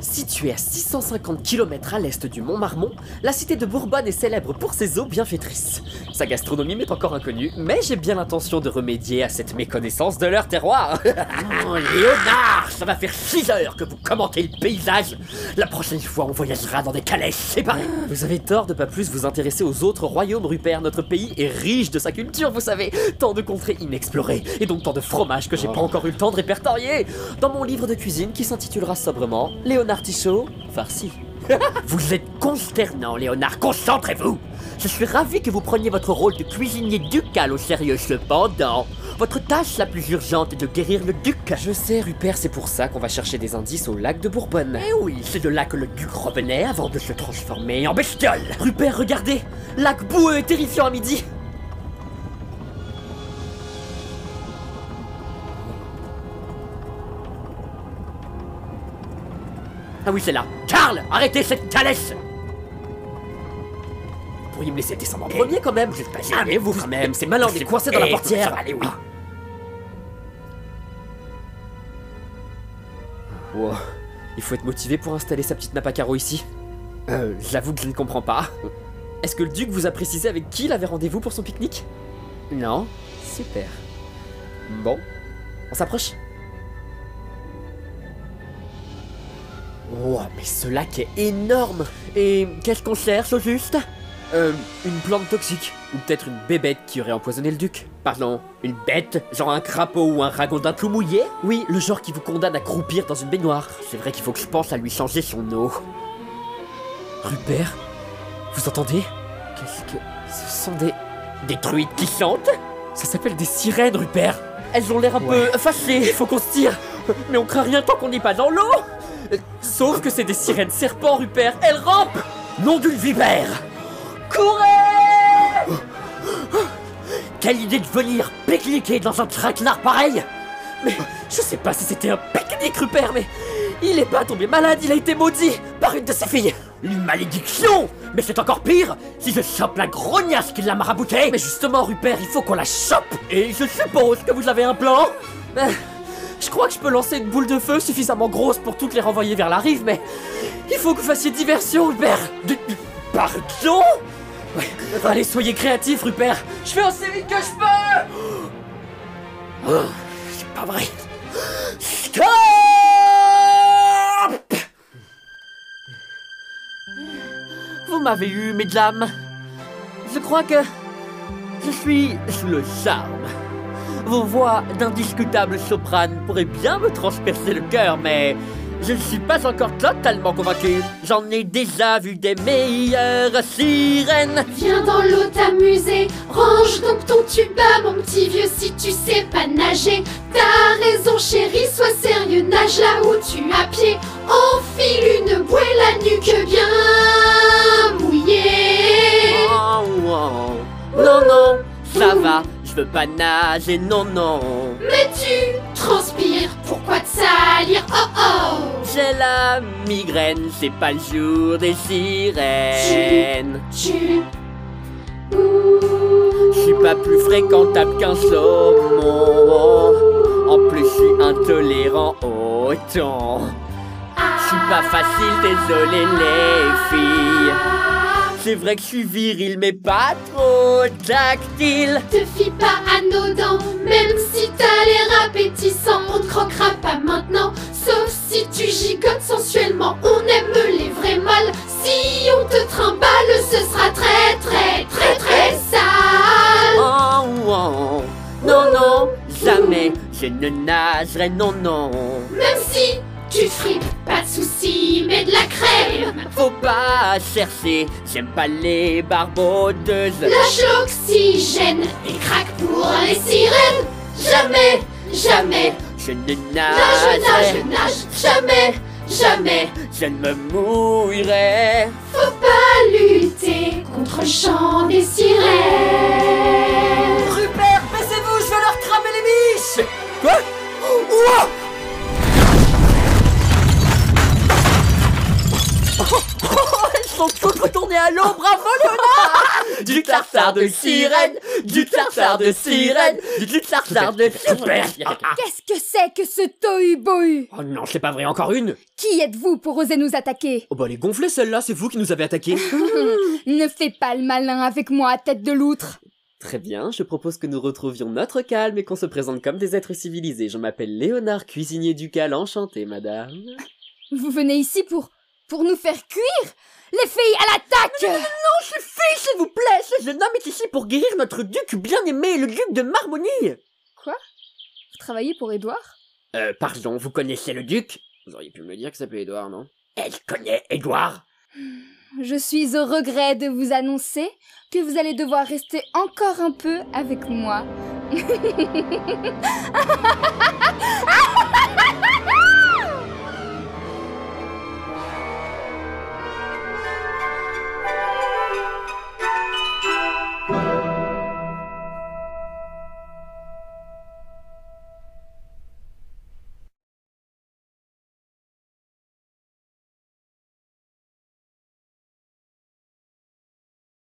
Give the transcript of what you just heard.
Située à 650 km à l'est du Mont Marmont, la cité de Bourbonne est célèbre pour ses eaux bienfaitrices. Sa gastronomie m'est encore inconnue, mais j'ai bien l'intention de remédier à cette méconnaissance de leur terroir. Oh, Léonard, ça va faire 6 heures que vous commentez le paysage. La prochaine fois, on voyagera dans des calèches séparées. Vous avez tort de pas plus vous intéresser aux autres royaumes, Rupert. Notre pays est riche de sa culture, vous savez. Tant de contrées inexplorées, et donc tant de fromages que j'ai pas encore eu le temps de répertorier. Dans mon livre de cuisine qui s'intitulera sobrement Léonard Tichot, farci. Vous êtes consternant, Léonard, concentrez-vous. Je suis ravi que vous preniez votre rôle de cuisinier ducal au sérieux. Cependant, votre tâche la plus urgente est de guérir le duc. Je sais, Rupert, c'est pour ça qu'on va chercher des indices au lac de Bourbonne. Eh oui, c'est de là que le duc revenait avant de se transformer en bestiole. Rupert, regardez, lac boueux et terrifiant à midi. Ah oui, c'est là. Karl, arrêtez cette calèche. Vous pourriez me laisser descendre en premier quand même. Vous êtes pas gêné, vous quand même. C'est malin, on est coincé dans la portière. Ça va aller, oui. Wow. Il faut être motivé pour installer sa petite nappe à carreaux ici. J'avoue que je ne comprends pas. Est-ce que le duc vous a précisé avec qui il avait rendez-vous pour son pique-nique? Non? Super. Bon, on s'approche. Oh, mais ce lac est énorme. Et qu'est-ce qu'on cherche au juste? Une plante toxique. Ou peut-être une bébête qui aurait empoisonné le duc. Pardon, une bête? Genre un crapaud ou un ragondin tout mouillé? Oui, le genre qui vous condamne à croupir dans une baignoire. C'est vrai qu'il faut que je pense à lui changer son eau. Rupert, vous entendez? Qu'est-ce que... Ce sont des... Des truites qui chantent? Ça s'appelle des sirènes, Rupert. Elles ont l'air un peu fâchées. Il faut qu'on se tire. Mais on craint rien tant qu'on n'est pas dans l'eau. Sauf que c'est des sirènes serpents, Rupert. Elles rampent. Nom d'une vipère. Courez! Quelle idée de venir pique-niquer dans un traquenard pareil. Mais je sais pas si c'était un pique-nique, Rupert, mais il est pas tombé malade, il a été maudit par une de ses filles. Une malédiction. Mais c'est encore pire si je chope la grognasse qui l'a marabouté. Mais justement, Rupert, il faut qu'on la chope. Et je suppose que vous avez un plan. Je crois que je peux lancer une boule de feu suffisamment grosse pour toutes les renvoyer vers la rive, mais il faut que vous fassiez diversion, Rupert. Pardon? Ouais. Allez, soyez créatifs, Rupert. Je fais aussi vite que je peux. Oh, c'est pas vrai. Stop! Vous m'avez eu, mesdames. Je crois que je suis sous le charme. Vos voix d'indiscutable soprane pourraient bien me transpercer le cœur, mais je ne suis pas encore totalement convaincu. J'en ai déjà vu des meilleures sirènes. Viens dans l'eau t'amuser, range donc ton tuba, mon petit vieux, si tu sais pas nager. T'as raison chérie, sois sérieux, nage là où tu as pied. Enfile une bouée, la nuque bien mouillée. Oh, oh. Non, non, ça va. Je veux pas nager, non, non. Mais tu transpires, pourquoi te salir? Oh oh. J'ai la migraine, c'est pas le jour des sirènes. Je suis pas plus fréquentable qu'un saumon. En plus, je suis intolérant au thon. Je suis pas facile, désolé les filles. C'est vrai que je suis viril, mais pas trop tactile. Te fie pas anodin, même si t'as l'air appétissant. On te croquera pas maintenant, sauf si tu gigotes sensuellement. On aime les vrais mâles, si on te trimballe, ce sera très très très très sale. Oh, oh. Non, non, jamais je ne nagerai, non, non. Même si tu fripes, pas de soucis, mais de la crème. Faut pas chercher, j'aime pas les barbodeuses. Lâche l'oxygène et craque pour les sirènes. Jamais, jamais, je ne nagerai. nage, jamais, jamais, je ne me mouillerai. Faut pas lutter contre le chant des sirènes. Rupert, baissez-vous, je vais leur cramer les miches. Quoi? Ouah! Elles sont toutes retournées à l'eau, bravo Léonard! Du tartare de sirène, du tartare de sirène, du tartare de super. Qu'est-ce que c'est que ce tohu-bohu? Oh non, c'est pas vrai, encore une. Qui êtes-vous pour oser nous attaquer? Oh bah elle est gonflée celle-là, c'est vous qui nous avez attaqué. Ne fais pas le malin avec moi, tête de loutre. Très bien, je propose que nous retrouvions notre calme et qu'on se présente comme des êtres civilisés. Je m'appelle Léonard, cuisinier ducal, enchanté, madame. Vous venez ici pour nous faire cuire? Les filles, à l'attaque! Suffit, s'il vous plaît, ce jeune homme est ici pour guérir notre duc bien-aimé, le duc de Marmonie. Quoi? Vous travaillez pour Édouard? Pardon, vous connaissez le duc? Vous auriez pu me dire que ça s'appelait Édouard, non? Elle connaît Édouard. Je suis au regret de vous annoncer que vous allez devoir rester encore un peu avec moi.